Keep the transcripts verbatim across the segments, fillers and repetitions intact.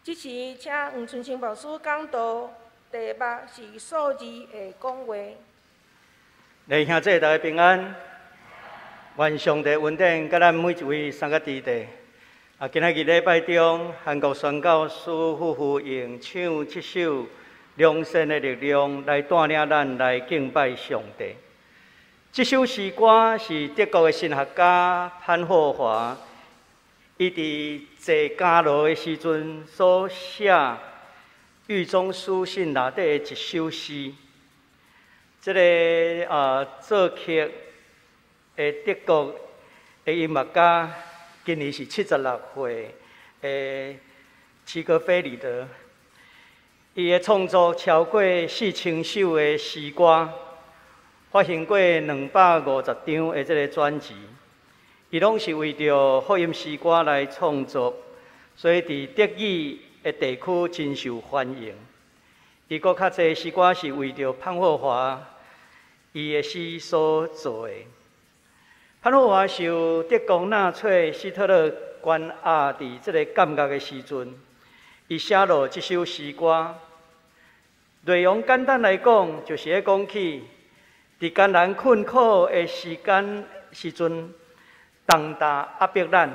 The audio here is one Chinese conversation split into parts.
即时，请黄春清牧师讲道，题目是数字的讲话。 弟兄姊妹，大家平安。愿上帝恩典，甲咱每一位三个弟弟。啊，今仔日礼拜中，韩国宣教师夫妇用唱这首良善的力量来带领咱来敬拜上帝。这首诗歌是德国的神学家潘霍华，伊伫坐监牢的时阵所写狱中书信内底的一首诗。这个啊，作曲的德国的音乐家，今年是七十六岁的齐格菲里德，伊的创作超过四千首的诗歌，发行过两百五十张的这个专辑。伊拢是为着福音诗歌来创作，所以伫德语的地区真受欢迎。伊搁较侪诗歌是为着潘霍华伊的诗所做的。潘霍华受德国纳粹希特勒关押伫这个监狱的时阵，伊写落这首诗歌。内容简单来讲，就是咧讲起伫艰难困苦的时间时阵，重担压迫咱，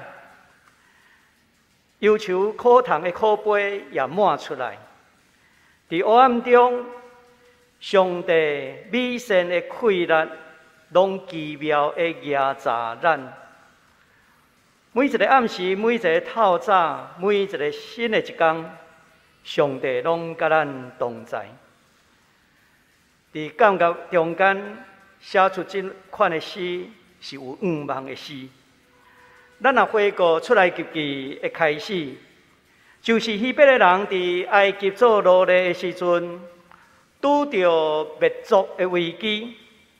忧愁苦痛的苦杯也满出来。伫黑暗中，上帝美善的气力，拢奇妙的压榨咱。每一个暗时，每一个透早，每一个新的一天，上帝拢甲咱同在。伫监狱中间写出这款的诗，是有愿望的诗。咱若回顾出来及记的开始，就是希伯来人伫埃及做奴隶的时阵，拄着灭族的危机。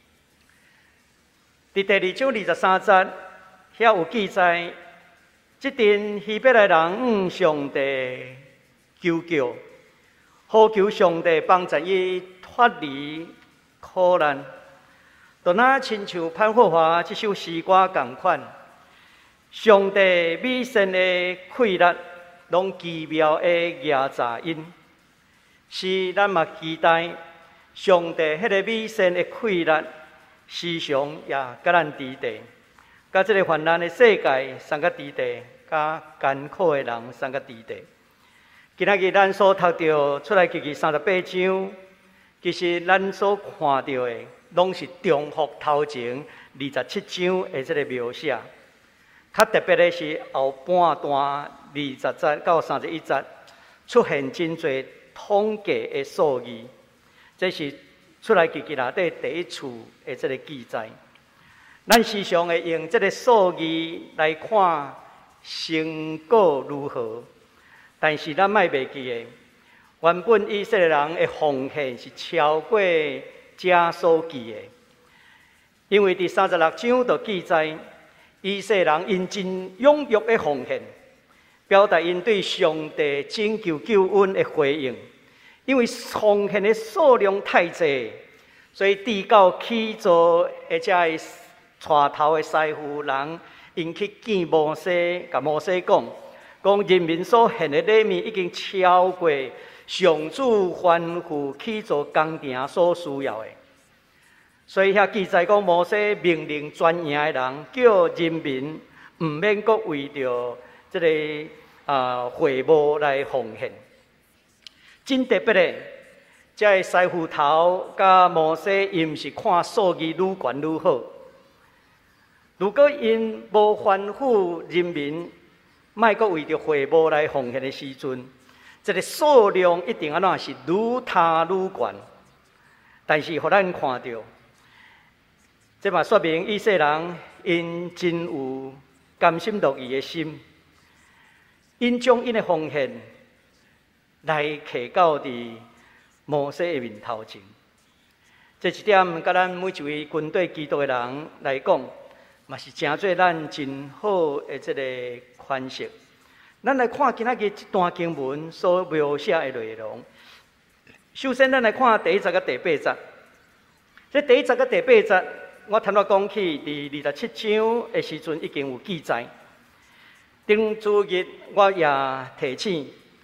伫第二章二十三节，遐有记载，即阵希伯来人向上帝求救，呼求上帝帮助伊脱离苦难，就那亲像潘霍华这首诗歌同款。上帝美善的气力，拢奇妙的压榨因，是咱嘛期待上帝迄个美善的气力，时常也甲咱伫地，甲这个患难的世界三个伫地，甲艰苦的人三个伫地。今仔日咱所读到出来记记三十八章，其实咱所看到的，拢是重复头前二十七章的这个描写。较特别的是后半段二十节到三十一节，出现真侪统计的数字，这是出来记记内底第一处的这个记载。咱时常会用这个数字来看成果如何，但是咱莫袂记的，原本以色列人的奉献是超过这所记的，因为第三十六章就记载。以色列人因真踊跃的奉献，表达因对上帝拯救救恩的回应。因为奉献的数量太济，所以递到起座而且带头的师傅人，因去见摩西，甲摩西讲，讲人民所献的礼物已经超过上主吩咐起座工程所需要的。所以遐记载讲，摩西命令全营的人，叫人民唔免阁为着这个啊会幕来奉献。真特别的，这个师傅头甲摩西，伊毋是看数字愈悬愈好。如果因无吩咐人民，莫阁为着会幕来奉献的时阵，这个数量一定安怎是愈塌愈悬。但是，互咱看到。这嘛说明以色列人因真有甘心乐意的心，因将因的奉献来摕到伫摩西的面头前。这一点，甲咱每一位军队基督的人来讲，嘛是真做咱真好的这个款式。咱来看今仔日这段经文所描写的内容。首先，咱来看第一节甲第八节。这第一节甲第八节。我头仔讲起，伫二十七章的时阵已经有记载。顶主日我也提醒，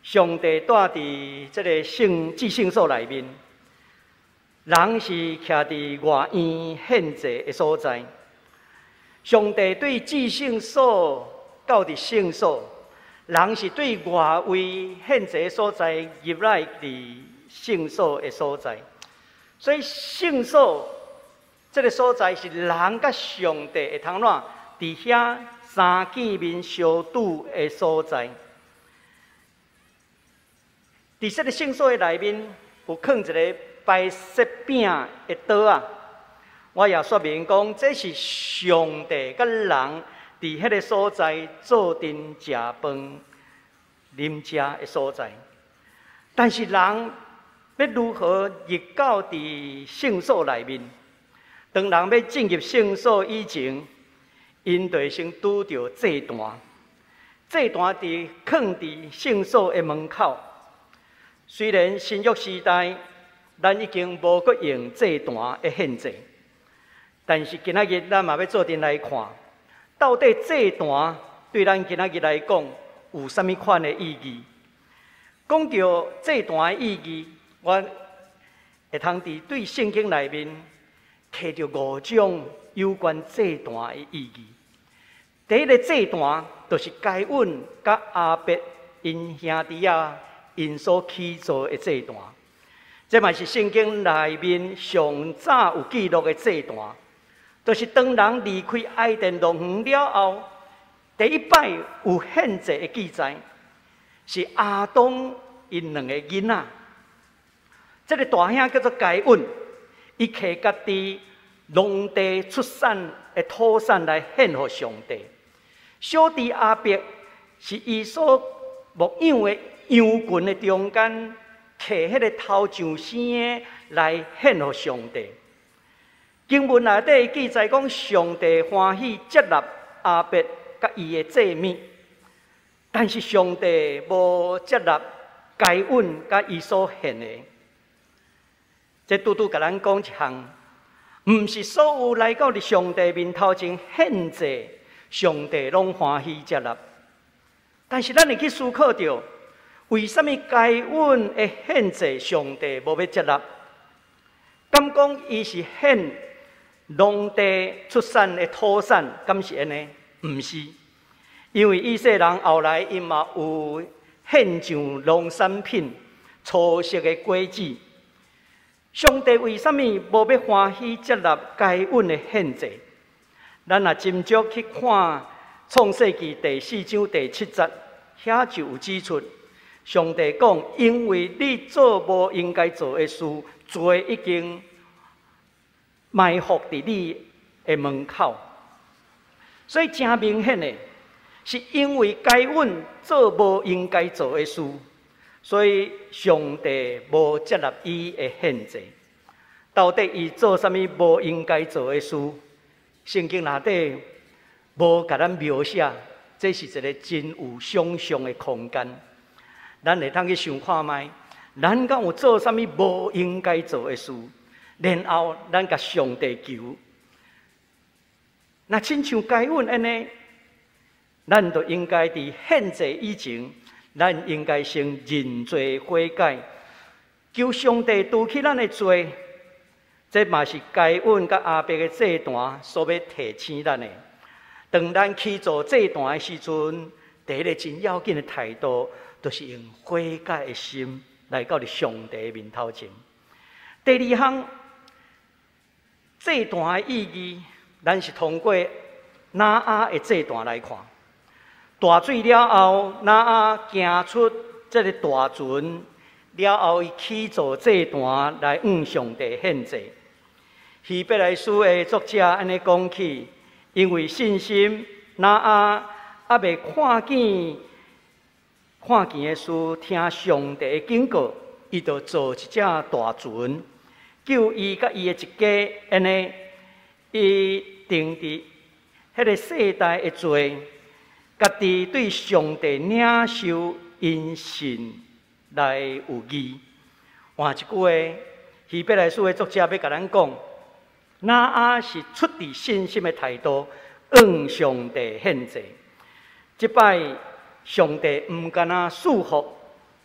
上帝住伫这个圣至圣所内面，人是徛伫外院献祭的所在。上帝对至圣所到伫圣所，人是对外围献祭的所在入来伫圣所的所在。所以圣所这个所在是人甲上帝会通怎伫遐三见面相拄的所在。伫这个圣所的内面有放一个白色饼的桌啊，我也说明讲，这是上帝甲人伫迄个所在做阵食饭、啉食的所在。但是人要如何入到伫圣所内面？当人要进入圣所以前，因就先拄着祭坛。祭坛伫放伫圣所的门口。虽然新约时代，咱已经无搁用祭坛的献祭，但是今仔日咱嘛要做阵来看，到底祭坛对咱今仔日来讲有啥物款的意义？讲到祭坛的意义，我会通伫对圣经内面摕到五种有关祭坛的意义。第一个祭坛就是该隐甲亚伯因兄弟啊。因所起造的祭坛，这嘛是圣经内面上早有记录的祭坛，就是当人离开爱甸农园了后，第一摆有献祭的记载，是亚当因两个囡仔。这个大兄叫做该隐，伊摕家己农地出产的土产来献给上帝。小弟亚伯是伊所牧养的。羊群的中间，摕迄个头上生来献给上帝。经文内底记载讲，上帝欢喜接纳亚伯甲伊的祭物，但是上帝无接纳该隐甲伊所献的。这拄拄甲咱讲一项，毋是所有来到伫上帝面头前献祭，上帝拢欢喜接纳。但是咱会去思考着。为什么该隐的献祭上帝无要接纳？敢讲伊是献农地出产的土产，敢是安尼？毋是，因为以色列人后来因嘛有献上农产品、初熟的果子。上帝为什么无要欢喜接纳该隐的献祭？咱若斟酌去看创世纪第四章第七节，遐就有指出。上帝讲：“因为你做无应该做的事，罪已经埋伏伫你的门口。”所以真明显的，是因为该隐做无应该做的事，所以上帝无接纳伊的献祭。到底伊做啥物无应该做的事？圣经内底无甲咱描写，这是一个真有想象的空间。咱会通去想看卖，咱敢有做啥物无应该做的事，然后咱甲上帝求。那亲像该隐安尼，咱就应该伫献祭以前，咱应该先认罪悔改，求上帝除去咱的罪。这嘛是该隐甲亚伯的祭坛所要提醒咱的。当咱去做祭坛的时阵，第一个真要紧的态度。就是用悔改的心来到伫上帝面头前。第二项，祭坛的意义，咱是通过拿阿的祭坛来看。大水了后，拿阿行出这个大船了后，伊起造祭坛来向上帝献祭。希伯来书的作者安尼讲起，因为信心，拿阿还未看见。看见的事，听上帝的警告，伊就做一只大船，救伊甲伊的一家安尼，伊定伫迄个世代的罪，家己对上帝领受因信来有义。换一句话，希伯来书的作者要甲咱讲，拿阿是出于信心的态度，向上帝献祭。即摆。上帝毋敢若束缚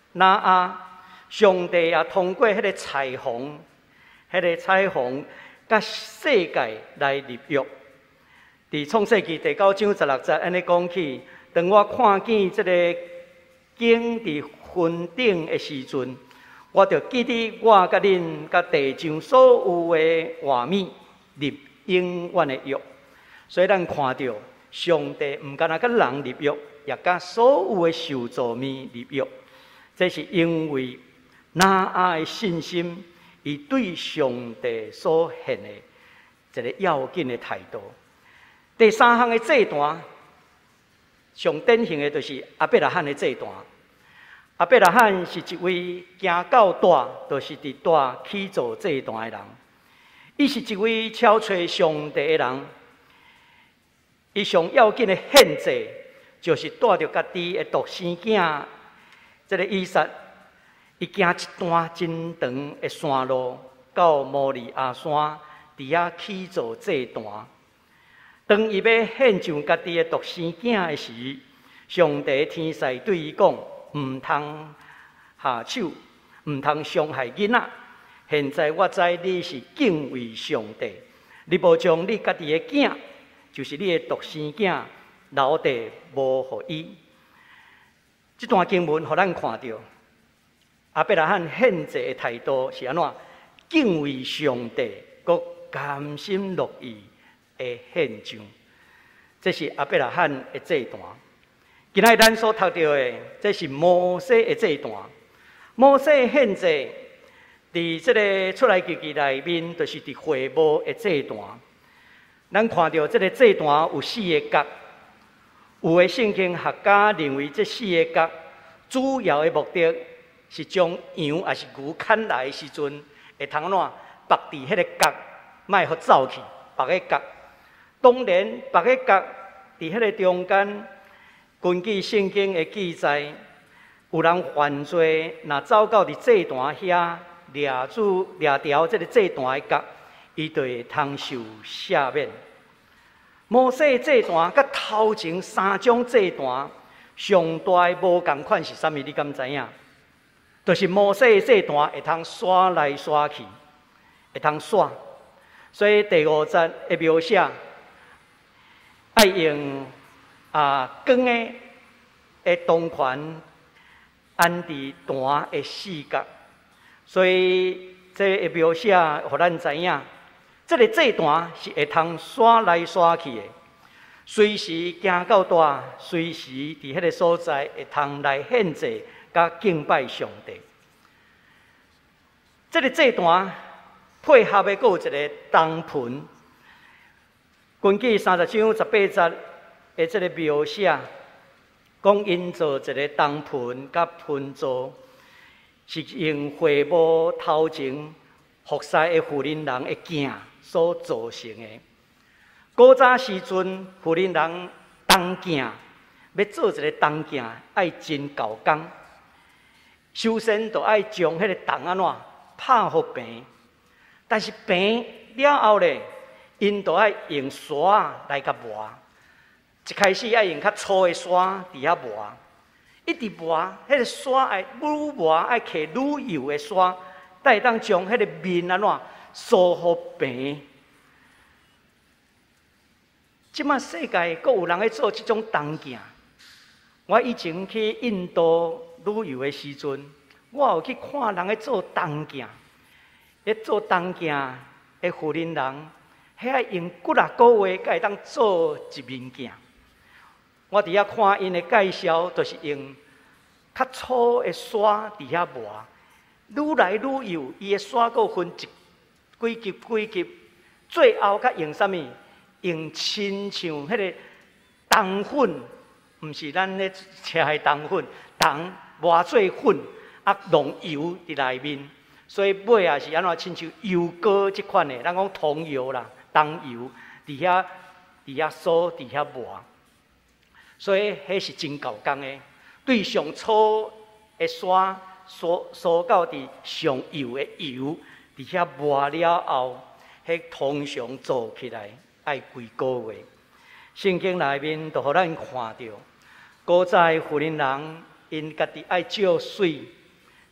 那啊，上帝也通过迄个彩虹，迄个彩虹甲世界来立约。伫创世纪第九章十六节安尼讲起，当我看见这个景伫云顶的时阵，我就记得我甲恁甲地上所有的画面立永远的约。所以咱看到上帝毋干那甲人立约，也甲所有的受造物立约。这是因为那阿的信心，伊对上帝所献的一个要紧的态度。第三项的祭坛，上典型的就是阿伯拉罕的祭坛。阿伯拉罕是一位行到大，就是伫大起造祭坛的人。伊是一位超找上帝的人。伊上要紧的献祭，就是带着家己的独生囝。这个以撒，伊行一段真长的山路，到摩利亚山，伫遐起造祭坛。当伊要献上家己的独生囝的时，上帝天使对伊讲：毋通下手，毋通伤害囡仔。现在我知你是敬畏上帝，你无将你家己的囝，就是你的独生囝，留地无互伊。这段经文，互咱看到阿伯拉罕献祭的态度是安怎？敬畏上帝，佮甘心乐意的献上。这是阿伯拉罕的祭坛。今仔咱所读到的，这是摩西的祭坛。摩西献祭，伫这个出来记记内面，就是伫会幕的祭坛。咱看到这个祭坛有四个角。有的圣经学家认为，这四个角主要的目的是将羊还是牛牵来的时阵，会通怎绑伫迄个角，莫互走去。别个角，当然别个角伫迄个中间，根据圣经的记载，有人犯罪，若走到伫祭坛遐掠住掠条这个祭坛的角，伊就会通受赦免。摩西祭坛甲头前三种祭坛上大无共款是啥物？你敢知影？就是摩西祭坛会通刷来刷去，会通刷。所以第五节的描写，爱用啊光的的铜环安伫坛的四角。所以这个描写，互咱知影。这个祭坛是会通刷来刷去的，随时行到大，随时伫迄个所在会通来献祭，甲敬拜上帝。这个祭坛配合的，佫有一个铜盆。根据三十章十八节的这个描写，讲因做一个铜盆甲盆座，是用会幕头前服侍的妇人人的镜所造成的。古早时阵，妇人人铜镜要做一个铜镜，爱真厚工。首先，就爱将迄个铜安怎拍互平，但是平了后咧，因就爱用刷来甲磨。一开始爱用较粗的刷伫遐磨，一直磨，迄个刷爱愈磨爱揢愈油的刷，才会当将迄个面安怎梳互平。即马世界阁有人咧做即种铜镜。我以前去印度旅游的时阵，我有去看人咧做铜镜。咧做铜镜的妇人人，遐用几啊个月才会当做一面镜。我伫遐看因的介绍，就是用较粗的刷伫遐磨，愈来愈幼，伊的刷阁分一几级几级，最后甲用啥物？用亲像迄个铜粉，毋是咱咧吃的铜粉，铜磨做粉，啊弄油伫内面，所以尾也是安怎亲像油膏即款的，咱讲桐油啦、铜油，伫遐伫遐梳伫遐磨，所以迄是真厚工的。对上粗的刷梳梳到伫上油的油，伫遐磨了后，迄通常做起来。爱几个月，圣经内面就互咱看到，古早妇人人因家己爱照水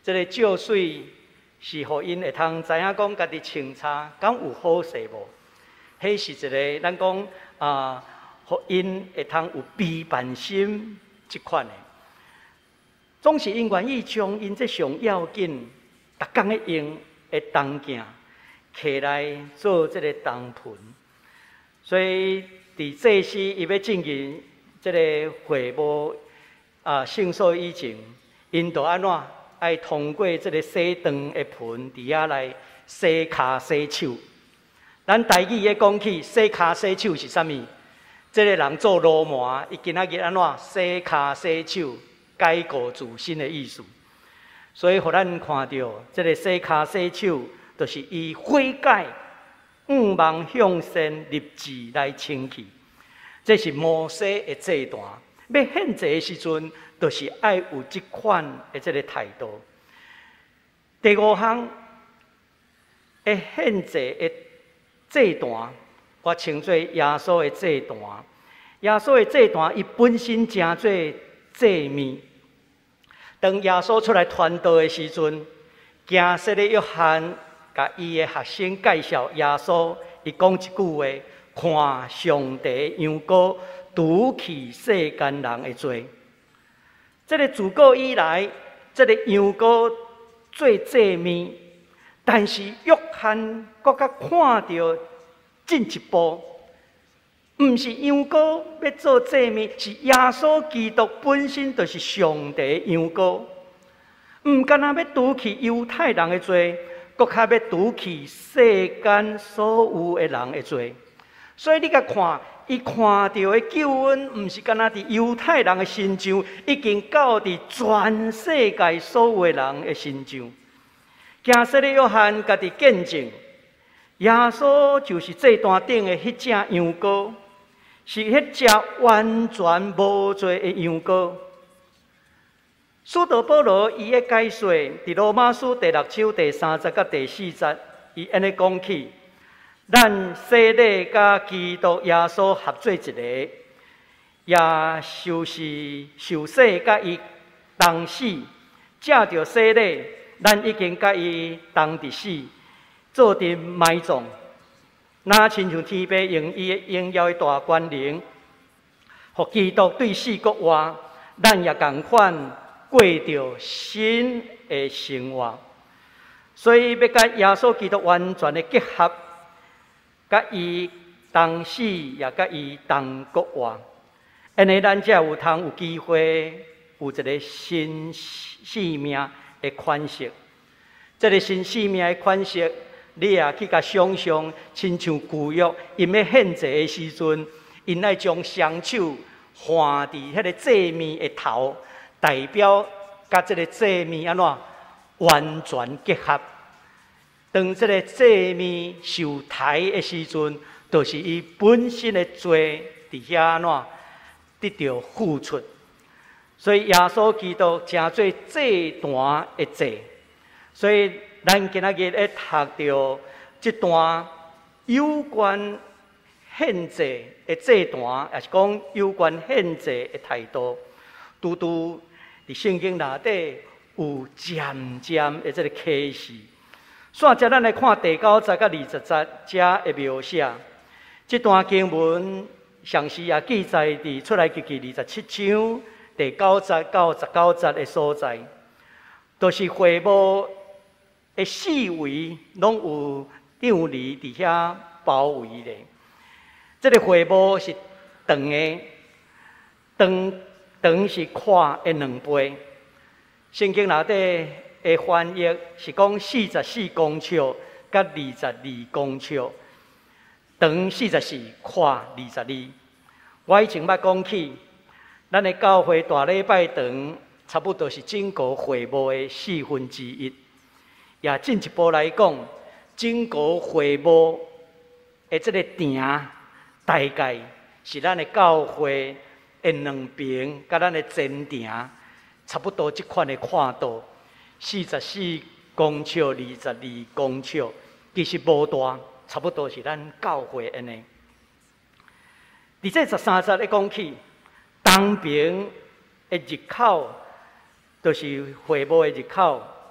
这个照水是互因会通知影讲家己清查敢有好势无？迄是一个咱讲啊，互因会通有批判心即款的。总是因愿意将因这上要紧，逐工的用的东件摕来做这个东盆，所以伫这时伊要进行这个会务啊圣所以前，因着安怎爱通过这个洗肠的盆伫遐来洗骹洗手。咱台语咧讲起洗骹洗手是啥物？这个人做罗马，伊今仔日安怎洗骹洗手，改过自新的意思。所以，互咱看到这个洗骹洗手，就是以悔改、五望向善、立志来清气。这是摩西的这段。要献祭的时阵，就是爱有这款的这个态度。第五项，的献祭的这段，我称作耶稣的这段。耶稣的这段，伊本身诚做祭面。当耶稣出来传道的时阵，行色的约翰甲伊的学生介绍耶稣，伊讲一句话：看上帝羊羔除去世间人的罪。这个自古以来，这个羊羔做祭面，但是约翰搁较看到进一步。毋是羊羔要做祭面，是耶稣基督本身就是上帝羊羔。毋干那要除去犹太人的罪，搁较要除去世间所有的人的罪。所以你甲看，伊看到的救恩，毋是干那伫犹太人的身上，已经到伫全世界所有的人的身上。行色的约翰家己见证，耶稣就是这段顶的迄只羊羔。是迄只完全无罪的羊羔。使徒保罗伊的解说，伫罗马书第六章第三节甲第四节，伊安尼讲起：咱洗礼甲基督耶稣合做一个，也就是受洗甲伊同死，借着洗礼，咱已经甲伊同伫死，做阵埋葬。那亲像天父用伊的荣耀的大权能，互基督对死国活，咱也同款过着新的生活。所以要甲耶稣基督完全的结合，甲伊同死，也甲伊同国活。安尼咱才有通有机会有一个新生命的款式。这个新生命的款式。你也去甲想象，亲像旧约，因要献祭的时阵，因爱将双手放伫迄个祭面的头，代表甲这个祭面安怎完全结合。当这个祭面受抬的时阵，就是伊本身的罪伫遐安怎得到付出。所以耶稣基督诚做这段的祭，所以。咱今仔日咧读到这段有关献祭的这段，也是讲有关献祭的态度，拄拄伫圣经内底有渐渐的这个启示。煞接咱来看第九节甲二十节遮的描写，这段经文详细也记载伫出来记记二十七章第九节到十九节的所在，都、就是会幕。的四围拢有张离伫遐包围咧。这个会幕是长的，长长是宽的两倍。圣经内底的翻译是讲四十四公尺，甲二十二公尺，长四十四，宽二十二。我以前捌讲起，咱的教会大礼拜堂差不多是整个会幕的四分之一。也进一步来讲，整个会幕的这个埕，大概是咱的教会的两边，甲咱的前埕差不多这款的宽度，四十四公尺、二十二公尺，其实无大，差不多是咱教会安尼。伫这十三节咧讲起，东边的入口，就是会幕的入口。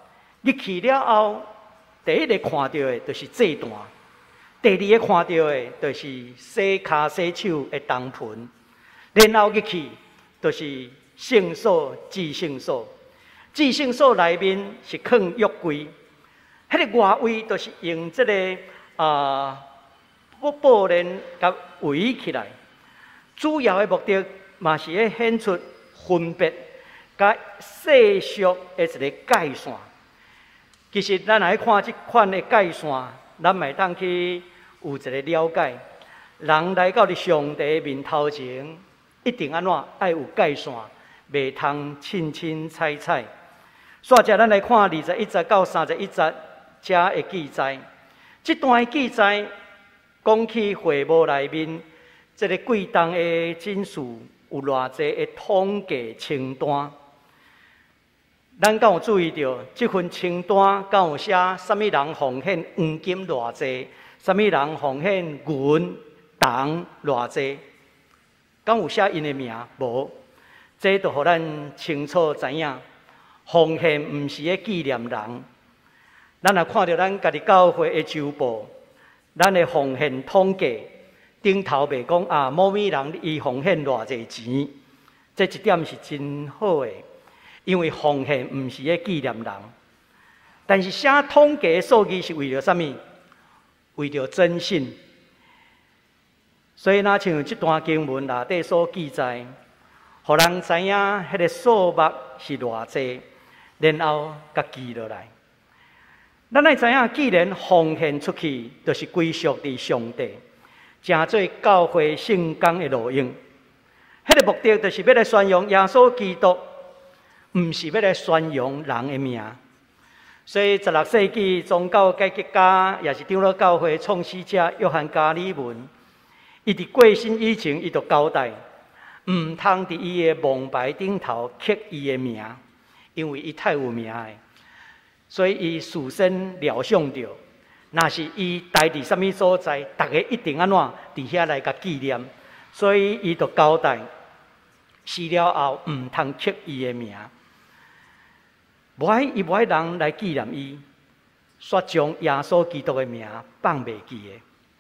入去了后，第一个看到的就是祭坛，第二个看到的就是洗骹洗手的铜盆，然后入去就是圣所、至圣所。至圣所内面是放约柜，迄个外围就是用这个啊布布帘甲围起来。主要的目的嘛是要显出分别、甲世俗的一个界线。其实咱来看这款的界线，咱咪当去有一个了解。人来到伫上帝面头前，一定安怎爱有界线，袂通凊凊彩彩。煞者咱来看二十一节到三十一节遮的记载，这段的记载讲起会幕内面。这个贵重的真事有偌济的统计清单，咱敢有注意到这份清单敢有写什么人奉献黄金偌济，什么人奉献银铜偌济？敢有写因的名？无，这就互咱清楚知影，奉献毋是咧纪念人。咱若看到咱家己教会的周报，咱的奉献统计。顶头袂讲啊，某某人伊奉献偌济钱，这一点是真好的，因为奉献毋是咧纪念人，但是写统计的数据是为了什么？为了真信。所以若像这段经文内底所记载，互人知影迄个数目是偌济，然后甲记落来。咱爱知影，既然奉献出去，就是归属伫上帝。诚做教会圣工的路用，迄个目的就是要来宣扬耶稣基督，毋是要来宣扬人的名。所以十六世纪宗教改革家，也是长老教会创始者约翰加里文，伊伫过身以前，伊就交代，毋通伫伊的蒙牌顶头刻伊的名，因为伊太有名的，所以伊事先料想到。若是伊待伫什么所在，大家一定安怎伫遐来甲纪念，所以伊就交代，死了后毋通刻伊的名，无爱伊无爱人来纪念伊，煞将耶稣基督的名放袂记的。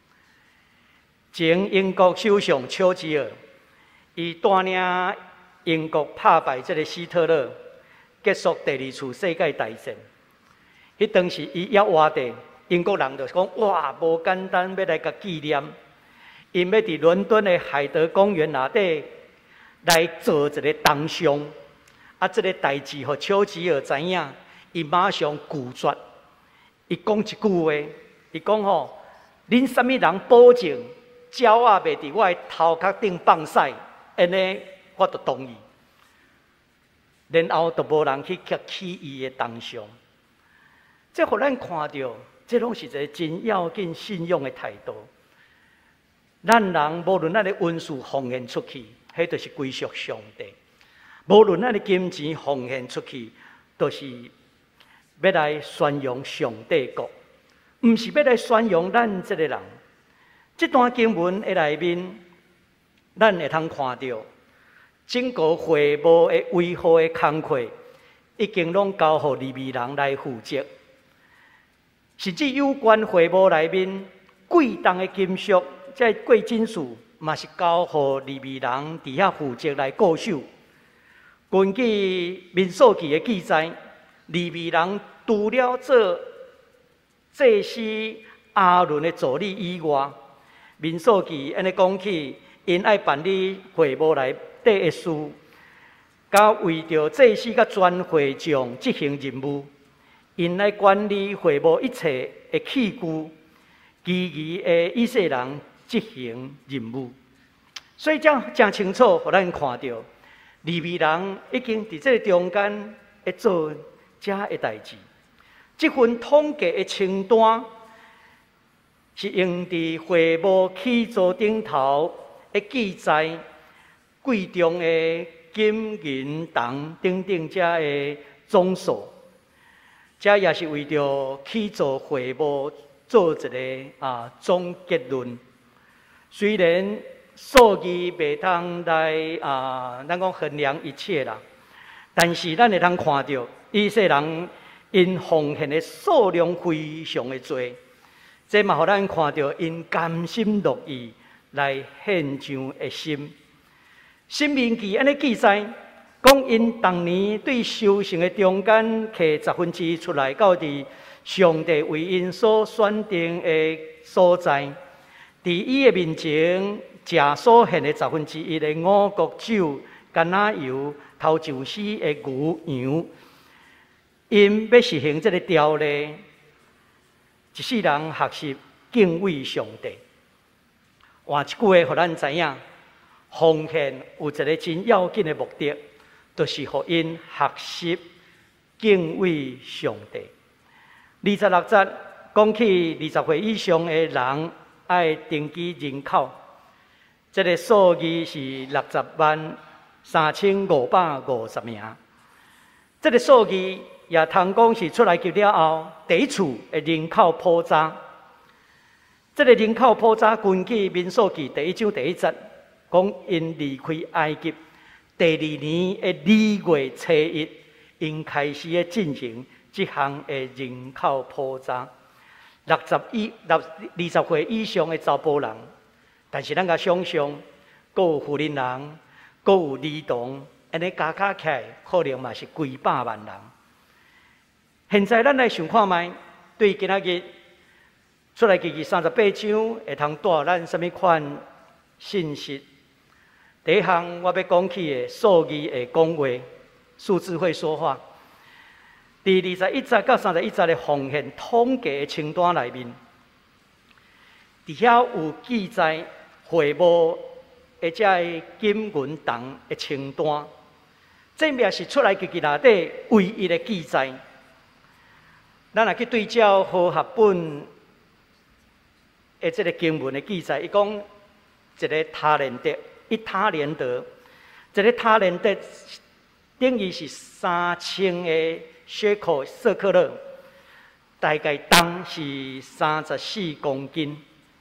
前英国首相丘吉尔，伊带领英国打败这个希特勒，结束第二次世界大战。迄当时伊要活地。英国人就讲：哇，无简单，要来甲纪念。因要伫伦敦的海德公园内底来做一个铜像。啊，这个代志互丘吉尔知影，伊马上拒绝。伊讲一句话，伊讲吼：恁什么人保证鸟仔袂伫我的头壳顶放屎？安尼我就同意。然后就无人去刻起伊的铜像。这互咱看到。这拢是一个真要紧信用的态度。咱人无论咱的恩赐奉献出去，迄就是归属上帝；无论咱的金钱奉献出去，都、就是要来宣扬上帝国，毋是要来宣扬咱这个人。这段经文的内面，咱会通看到，整个会幕的维护的工作，已经拢交予利未人来负责。甚至有关会幕内面贵重的金属，即贵金属，嘛是交予利未人伫遐负责来固守。根据民数记的记载，利未人除了做祭司亚伦的助理以外，民数记安尼讲起，因爱办理会幕内底的事，甲为着祭司甲全会众执行任务。因来管理会幕一切的器具，其余的以色列人执行任务。所以，这真清楚，互咱看到，利未人已经伫这中间会做这的代志。这份统计的清单是用伫会幕起座顶头的记载，贵重的金银铜等等这的总数。这也是为着去做会幕做一个啊总结论。虽然数据袂通来啊，咱讲衡量一切啦，但是咱会通看到以色列人因奉献的数量非常的多，这嘛，互咱看到因甘心乐意来献上的心。申命记安尼记载，讲因当年对修行的中间摕十分之一出来，到伫上帝为因所选定的所在，伫伊的面前食所献的十分之一的五穀酒、橄榄油、头上丝的牛羊。因要实行这个条例，一世人学习敬畏上帝。换一句话，互咱知影，奉献有一个真要紧的目的，就是互因学习敬畏上帝。二十六节讲起二十岁以上的人爱登记人口，这个数字是六十万三千五百五十名。这个数字也通讲是出来级了后第一次的人口普查。这个人口普查根据民数记第一章第一节，讲因离开埃及第二年的二月初一，因开始的进行这项的人口普查。六十以六二十岁以上的查甫人，但是咱甲想象，阁有妇人人，阁有儿童，安尼加加起来，可能嘛是几百万人。现在咱来想看卖，对今仔日出来记记三十八章会通带咱什么款信息？第一项我要讲起的数字的讲话，数字会说话。第二十一节到三十一节的奉献统计的清单内面，伫遐有记载会务或者的金银铜的清单，这也是出来记记内底唯一的记载。咱若去对照和合本的这个经文的记载，伊讲一个他连得，一他连得，一个他连得等于是三千个舍克舍克勒，大概重是三十四公斤。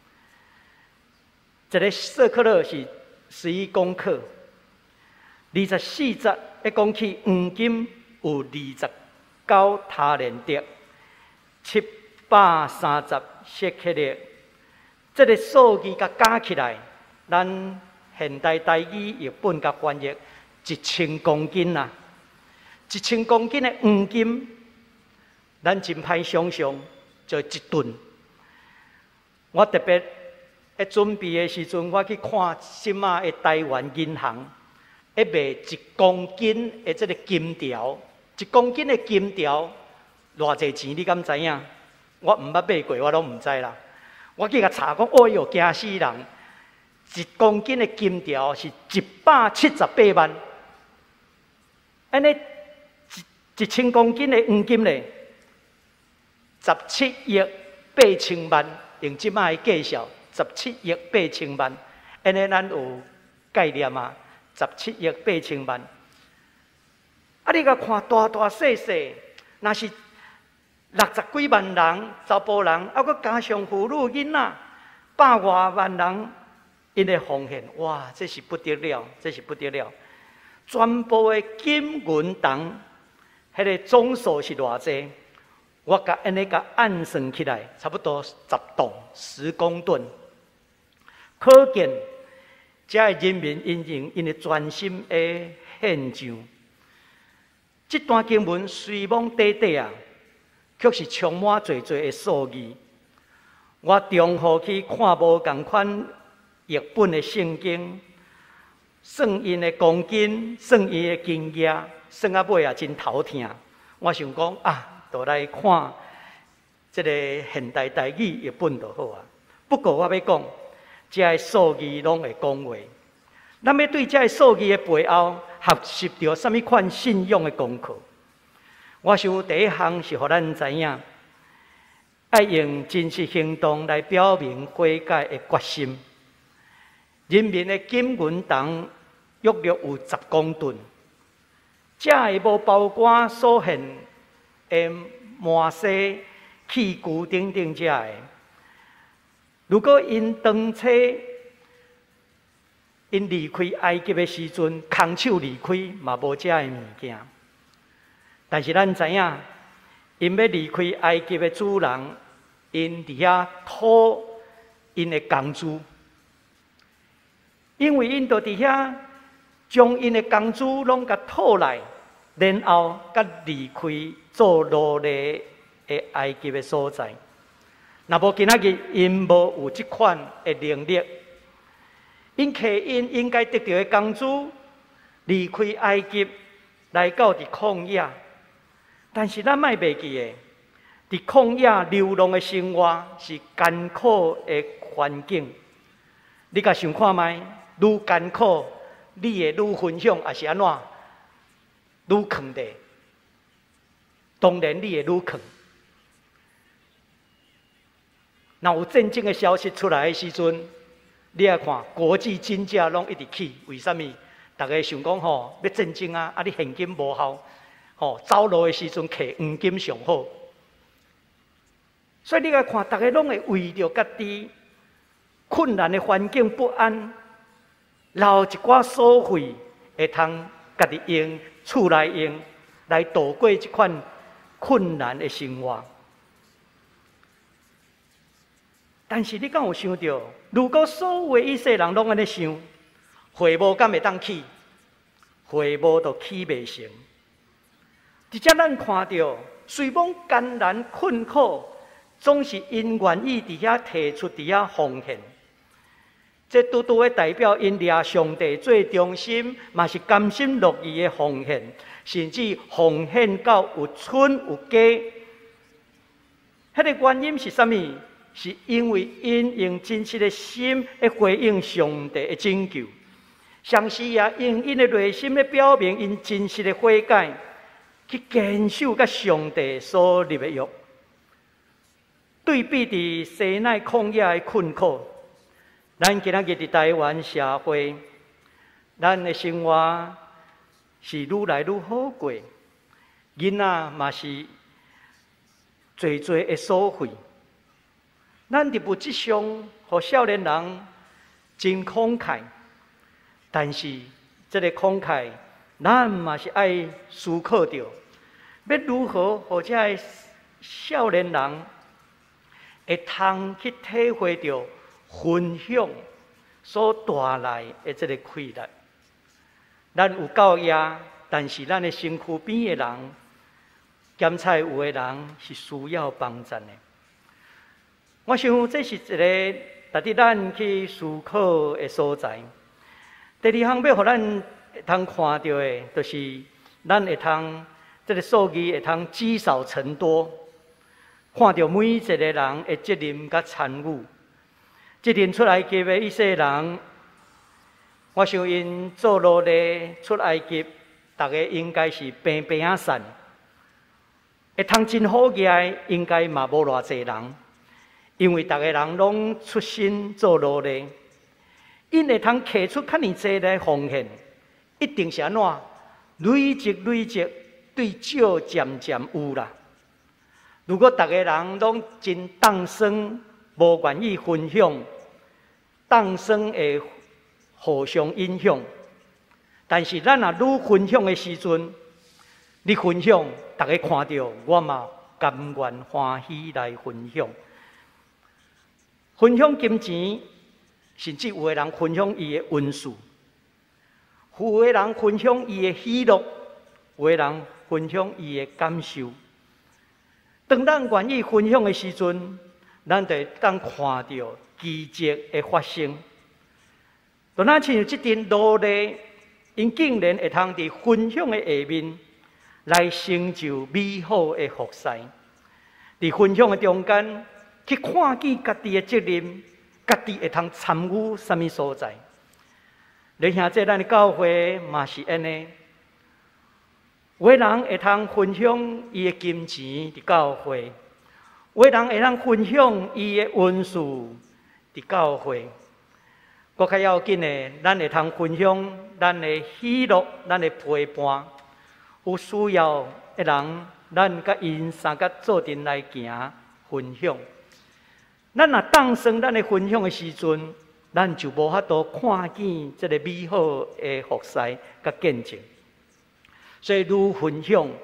一个舍克勒是十一公克。二十四节一讲起黄金有二十九他连得。七百三十舍克勒，这个数字甲加起来，咱现代台语译本甲翻译一千公斤呐、啊！一千公斤的黄金，咱真歹想象，就一吨。我特别在准备的时阵，我去看什么的台湾银行，一卖一公斤的这个金条，一公斤的金条。偌济钱你敢知影？我毋捌买过，我拢毋知啦。我去甲查讲，哦哟，惊死人！一公斤的金条是一百七十八万，安尼一一千公斤的黄金咧，十七亿八千万，用即摆的计算，十七亿八千万，安尼咱有概念啊？十七亿八千万，啊！你甲看大大细细，若是。六十几万人，查甫人，啊，佮加上妇女囡仔，百外万人，因的奉献，哇，这是不得了，这是不得了！全部的金银铜，迄个总数是偌济？我甲安尼甲按算起来，差不多十吨，十公吨。可见，这人民因用因的专心的献上。这段经文随蒙短短啊。却是充满侪侪的数字。我中午去看无共款译本的圣经，算因的公斤，算因的金额，算到尾也真头疼。我想讲啊，就来看这个现代台语译本就好啊。不过我要讲，这些数字拢会讲话。咱要对这些数字的背后学习到什么款信仰的功课？我想第一项是互咱知影，爱用真实行动来表明悔改的决心。人民的金银铜约略有十公吨，这会无包括所献的麻糬、器具等等这的。如果因当初因离开埃及的时阵，空手离开，嘛无这的物件。但是咱知影， 因要离开埃及的主人，因伫遐讨因的工资，因为因就伫遐将因的工资拢甲讨来，然后甲离开做奴隶的埃及的所在。若无今仔日因无有即款的能力，因客因应该得到的工资，离开埃及来到伫旷野。但是咱莫袂记诶，伫旷野流浪的生活是艰苦的环境。你甲想看觅，愈艰苦，你会愈分享，还是安怎？愈囥地，当然你会愈囥。若有战争的消息出来的时阵，你来看国际金价拢一直起，为什么？大家想讲吼，要战争啊，啊你现金无效。哦，走路的时阵，摕黄金上好。所以你来看，大家拢会为着家己困难的环境不安，留一寡所费，会通家己用厝内用来度过这款困难的生活。但是你敢有想到，如果所有以色列人拢安尼想，会无敢会当起，会无就起袂成。而且咱看到，虽讲艰难困苦，总是因愿意伫遐提出伫遐奉献。这拄拄的代表因掠上帝最忠心，嘛是甘心乐意的奉献，甚至奉献到有剩有加。迄个原因是啥物？是因为因用真实的心来回应上帝的拯救，同时也用因的内心来表明因真实的悔改。去坚守甲上帝所立的约，对比伫西奈旷野的困苦，咱今仔日伫台湾社会，咱的生活是愈来愈好过，囡仔嘛是侪侪的所费。咱伫物质上，互少年人真慷慨，但是这个慷慨。咱嘛是爱思考着，要如何或者少年人会通去体会着分享所带来的这个快乐。咱有教育，但是咱的身躯边的人，检菜有的人是需要帮助的。我想这是一个值得咱去思考的所在。第二项要互咱会通看到的，就是咱会通这个数字会通积少成多，看到每一个人的责任甲参与。这阵出埃及的以色列人，我想因做奴隶出埃及，大家应该是平平啊散，会通真好个，应该嘛无偌济人，因为大家人拢出身做奴隶，因会通摕出较尼济来奉献。一定是安怎？累积累积，对少渐渐有啦。如果大家人拢真当生，无愿意分享，当生会互相影响。但是咱若愈分享的时阵，你分享，大家看到，我嘛甘愿欢喜来分享。分享金钱，甚至有个人分享伊的运势。有个人分享伊的喜乐，有个人分享伊的感受。当咱愿意分享的时阵，咱就当看到奇迹的发生。就那像这阵奴隶，因竟然会通伫分享的下面来成就美好的福事。伫分享的中间，去看见家己的责任，家己会通参与什么所在。你兄弟，咱的教会嘛是安尼，有的人会通分享伊的金钱伫教会，有的人会通分享伊的运势伫教会。搁较要紧的，咱会通分享咱的喜乐，咱的陪伴。有需要的人，咱甲因三甲做阵来行分享。咱若当生咱的分享的时阵，咱就无法度看见这个美好的福事甲见证。所以，愈分享，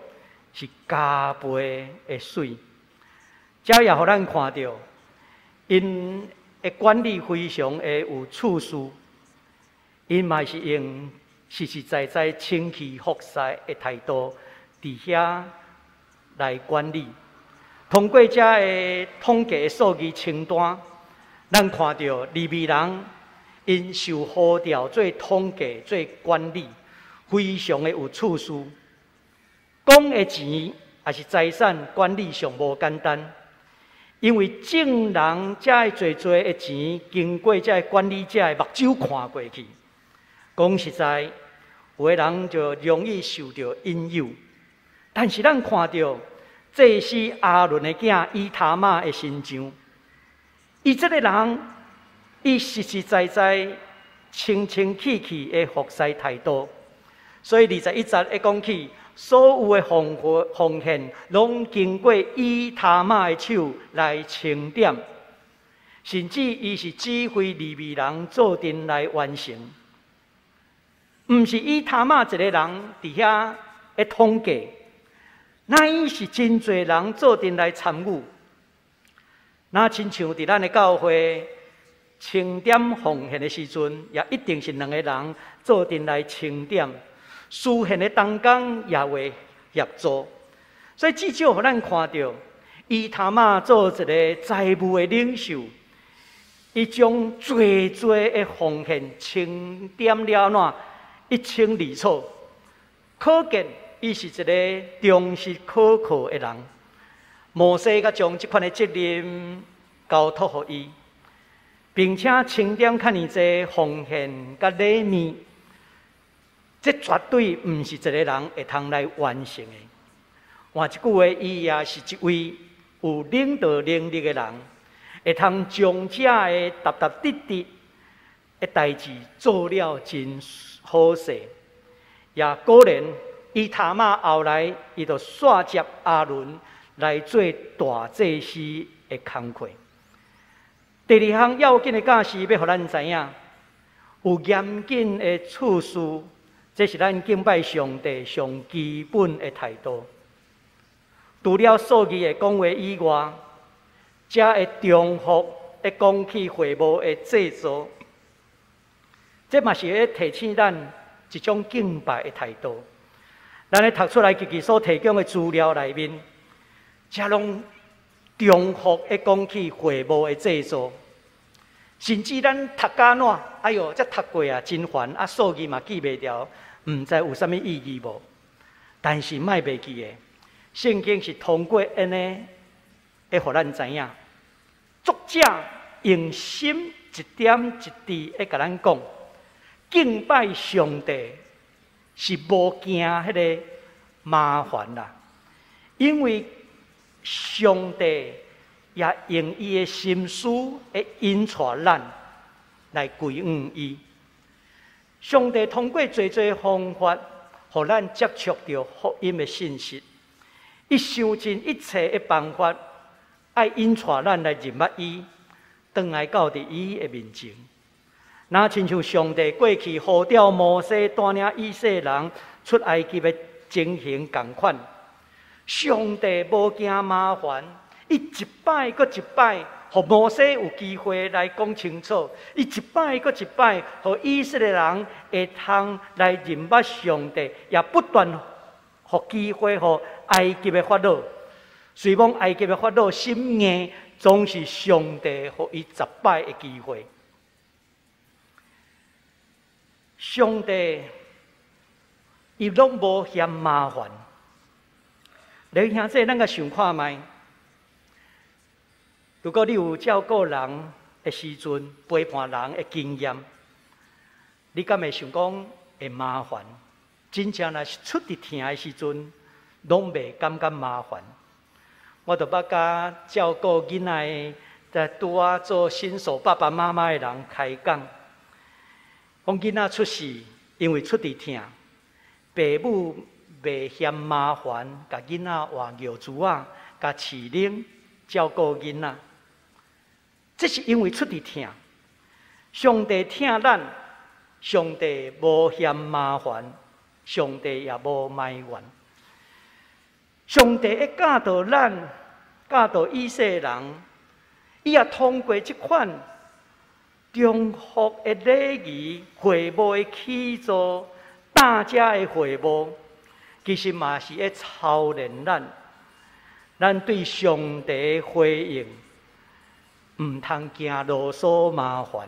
是加倍的水。这也互咱看到，因的管理非常的有处事，因嘛是用实实在在、清气服实的态度，伫遐来管理。通过这个统计的数据清单，咱看到利未人因受呼召做统计、做管理，非常的有处事。讲的钱也是财产管理上无简单，因为正人遮个侪侪的钱，经过遮个管理者的目睭看过去。讲实在，有的人就容易受到引诱。但是咱看到，这是阿伦的囝伊塔玛的心肠。伊这个人，伊实实在在、清清气气的服侍态度。所以二十一节会讲起，所有的奉奉献，拢经过伊塔玛的手来清点，甚至伊是指挥利未人做阵来完成。毋是伊塔玛一个人伫遐的统计，那伊是真侪人做阵来参与。那亲像伫咱的教会清点奉献的时阵，也一定是两个人做阵来清点。事献的同工也会协助，所以至少互咱看到，伊他妈做一个财务的领袖，伊将最多的奉献清点了喏，一清二楚，可见伊是一个重视可靠的人。摩西甲将这款的责任交托予伊，并且清点较尼济奉献甲礼物。这绝对毋是一个人会通来完成的。换一句话，伊也是一位有领导能力的人，会通将这个踏踏实实的代志做了真好势。也果然，伊他妈后来，伊就刷接阿伦来做大祭司的工课。第二项要紧的假是要互咱知影，有严谨的处事。这是咱敬拜上帝上基本的态度。除了数字的讲话以外，这会重复的讲起会务的制作，这嘛是咧提醒咱一种敬拜的态度。咱咧读出来自己所提供的资料内面，这拢重复的讲起会务的制作。甚至咱读甲哪，哎哟，这读过啊，真烦啊，数字嘛记袂掉，毋知有啥物意义无？但是莫袂记的，圣经是通过安尼，会互咱知影，作者用心一点一滴的甲咱讲，敬拜上帝是无惊迄个麻烦啦，因为上帝。也用伊的心思来引带咱来归向伊。上帝通过侪侪方法，互咱接触到福音的信息。伊想尽一切的办法，爱引带咱来认捌伊，转来到伫伊的面前。那亲像上帝过去呼召摩西带领以色列人出埃及的情形同款，上帝无惊麻烦。伊一摆搁一摆，互摩西有机会来讲清楚；伊一摆搁一摆，互以色列人会通来认捌上帝，也不断互机会，互埃及的法老。虽望埃及的法老心硬，总是上帝互伊十摆的机会。上帝伊拢无嫌麻烦。你兄弟，咱个想看卖？如果你有照顾人的时阵，陪伴人的经验，你敢会想讲会麻烦？真正若是出伫疼的时阵，拢袂感觉麻烦。我著捌甲照顾囡仔在拄啊做新手爸爸妈妈的人开讲，讲囡仔出事，因为出伫疼，父母袂嫌麻烦，甲囡仔换尿珠啊，甲饲奶照顾囡仔。这是因为出伫疼，上帝疼咱，上帝无嫌麻烦，上帝也无埋怨。 上帝会教导咱，教导以色列人，伊也通过这款中福的礼仪、会幕的起造、大家的会幕，其实嘛是在操练咱，咱对上帝的回应，唔通惊啰嗦麻烦，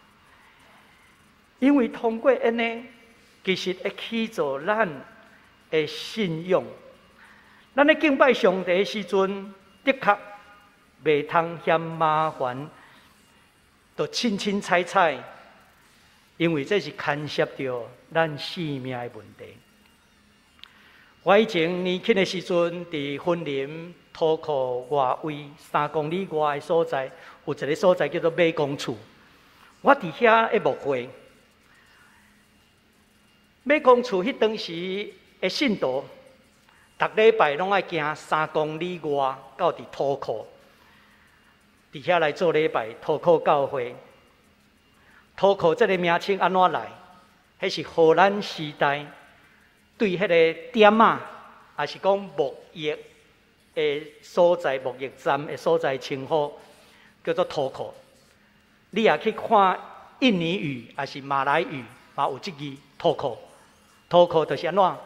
因为通过安尼，其实会起造咱的信仰。咱咧敬拜上帝的时阵，的确袂通嫌麻烦，就凊凊彩彩，因为这是牵涉到咱性命的问题。我以前年轻的时阵，伫婚林土库外围三公里外的所在，有一个所在叫做美工厝。我伫遐会牧会，美工厝迄当时的信徒。逐礼拜拢爱行三公里外到伫土库，伫遐来做礼拜。土库教会，土库这个名称安怎来？迄是荷兰时代对迄个点啊，也是讲牧业的所在、牧业站的所在称呼，叫做土库。你也去看印尼语，也是马来语，嘛有这字土库。土库就是安怎？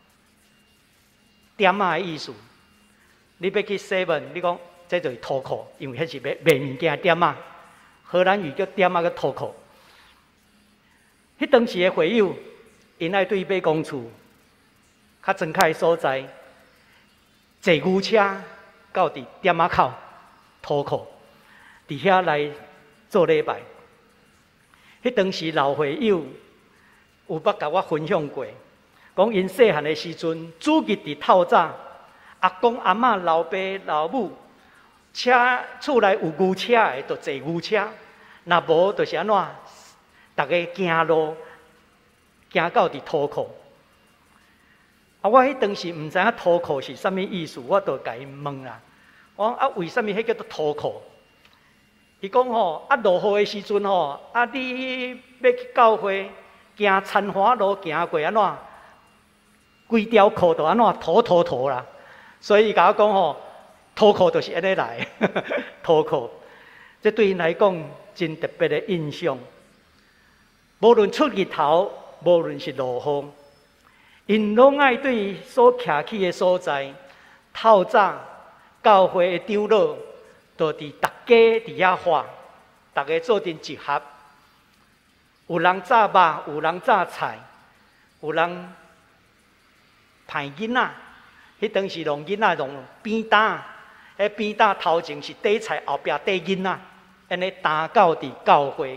点啊的意思，你要去 seven， 你讲这就是土库，因为迄是卖卖物件点啊。荷兰语叫点啊，叫土库。迄当时的会友，因爱对美工厝较庄开所在，坐牛车到伫点啊口土库，伫遐来做礼拜。迄当时老会友有捌甲我分享过。讲因细汉的时阵，主日伫透早，阿公阿嬷、老爸老母，车厝内有牛车的，就坐牛车；若无，就是安怎，大家行路，行到伫土库。啊，我迄当时毋知影土库是啥物意思，我就甲伊问啦。我讲啊，为什么迄叫做土库？伊讲吼，啊落雨的时阵吼，啊你要去教会，行田花路行过安怎？规条裤都安怎土土土啦，所以甲我讲吼，土裤就是安尼来，土裤，这对因来讲真特别的印象。无论出日头，无论是落雨，因拢爱对所徛起的所在，透早教会的长老，就伫大家伫遐画，大家做阵集合，有人炸肉，有人炸菜，有人。派囡仔，迄当时弄囡仔弄扁担，迄扁担头前是底菜，后壁底囡仔，安尼担到伫教会。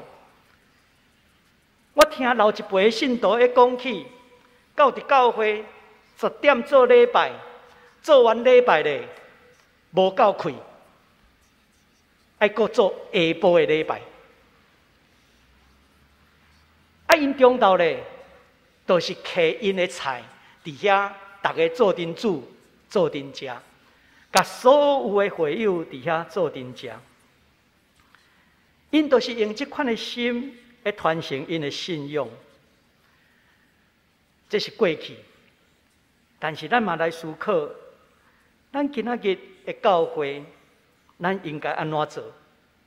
我听老一辈信徒咧讲起，到伫教会十点做礼拜，做完礼拜咧无够开，爱搁做下晡的礼拜。啊，因中昼咧，都是摕因的菜伫遐。大家做阵煮，做阵食，甲所有的会友伫遐做阵食。因都是用这款的心来传承因的信仰，这是过去。但是咱嘛来思考，咱今仔日的教会，咱应该安怎做？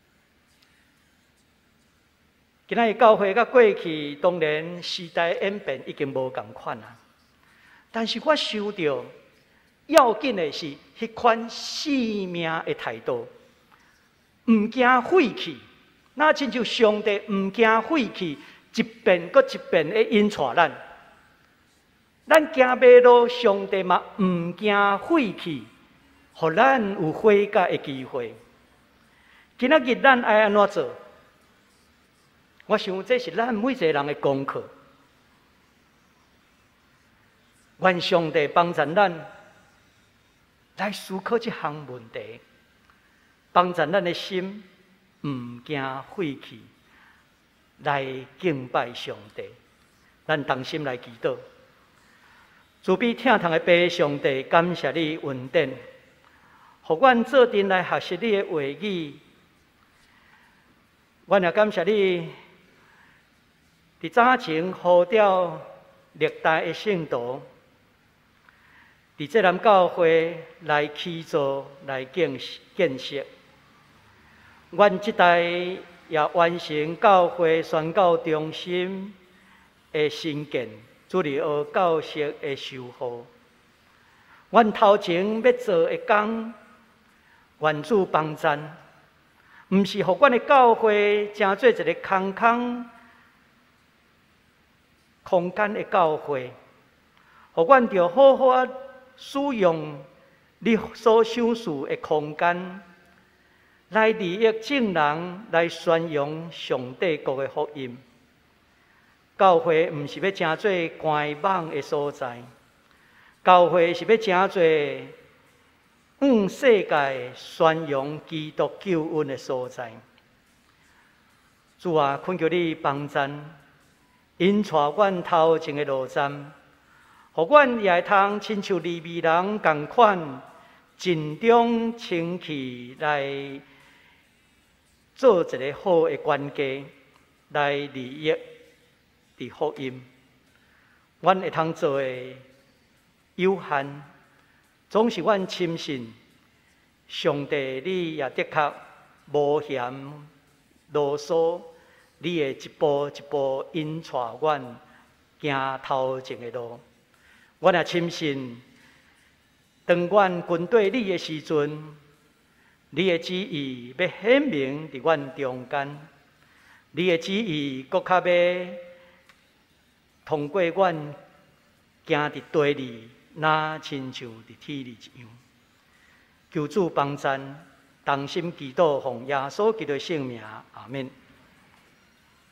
今仔日教会甲过去，当然时代演变已经无共款啦。但是我想到，要紧的是迄款生命的态度，唔惊废去。那亲像上帝唔惊废去，一遍搁一遍的引带咱。咱行马路，上帝嘛唔惊废去，互咱有悔改的机会。今仔日咱爱安怎做？我想这是咱每一个人的功课。愿上帝帮助咱来思考这项问题，帮助咱的心唔惊废去，来敬拜上帝。咱同心来祈祷。慈悲疼痛的爸上帝，感谢你恩典，互阮做阵来学习你的话语。阮也感谢你，伫早前呼召历代的圣徒。 伫这南教会来起造、来建建设。阮即代也完成教会宣教中心的新建，主日学教室的修复。阮头前要做的工，愿主帮赞，毋是互阮的教会成做一个空空空间的教会，互阮着好好使用你所赏赐的空间，来利益众人，来宣扬上帝国的福音。教会毋是要成做观望的所在，教会是要成做向世界宣扬基督救恩的所在。主啊，恳求你帮赞，引带阮头前的路站，互阮也会通亲像利未人同款，尽忠清气来做一个好的管家，来利益伫福音。阮会通做的有限，总是阮深信上帝，你也的确无嫌啰嗦，你会一步一步引带阮行头前的路。阮也深信，当阮军队你的时阵，你的旨意要显明伫阮中间，你的旨意搁较要通过阮行伫地里，若亲像伫天里一样。求主帮赞，同心祈祷，奉耶稣基督的圣名，阿门。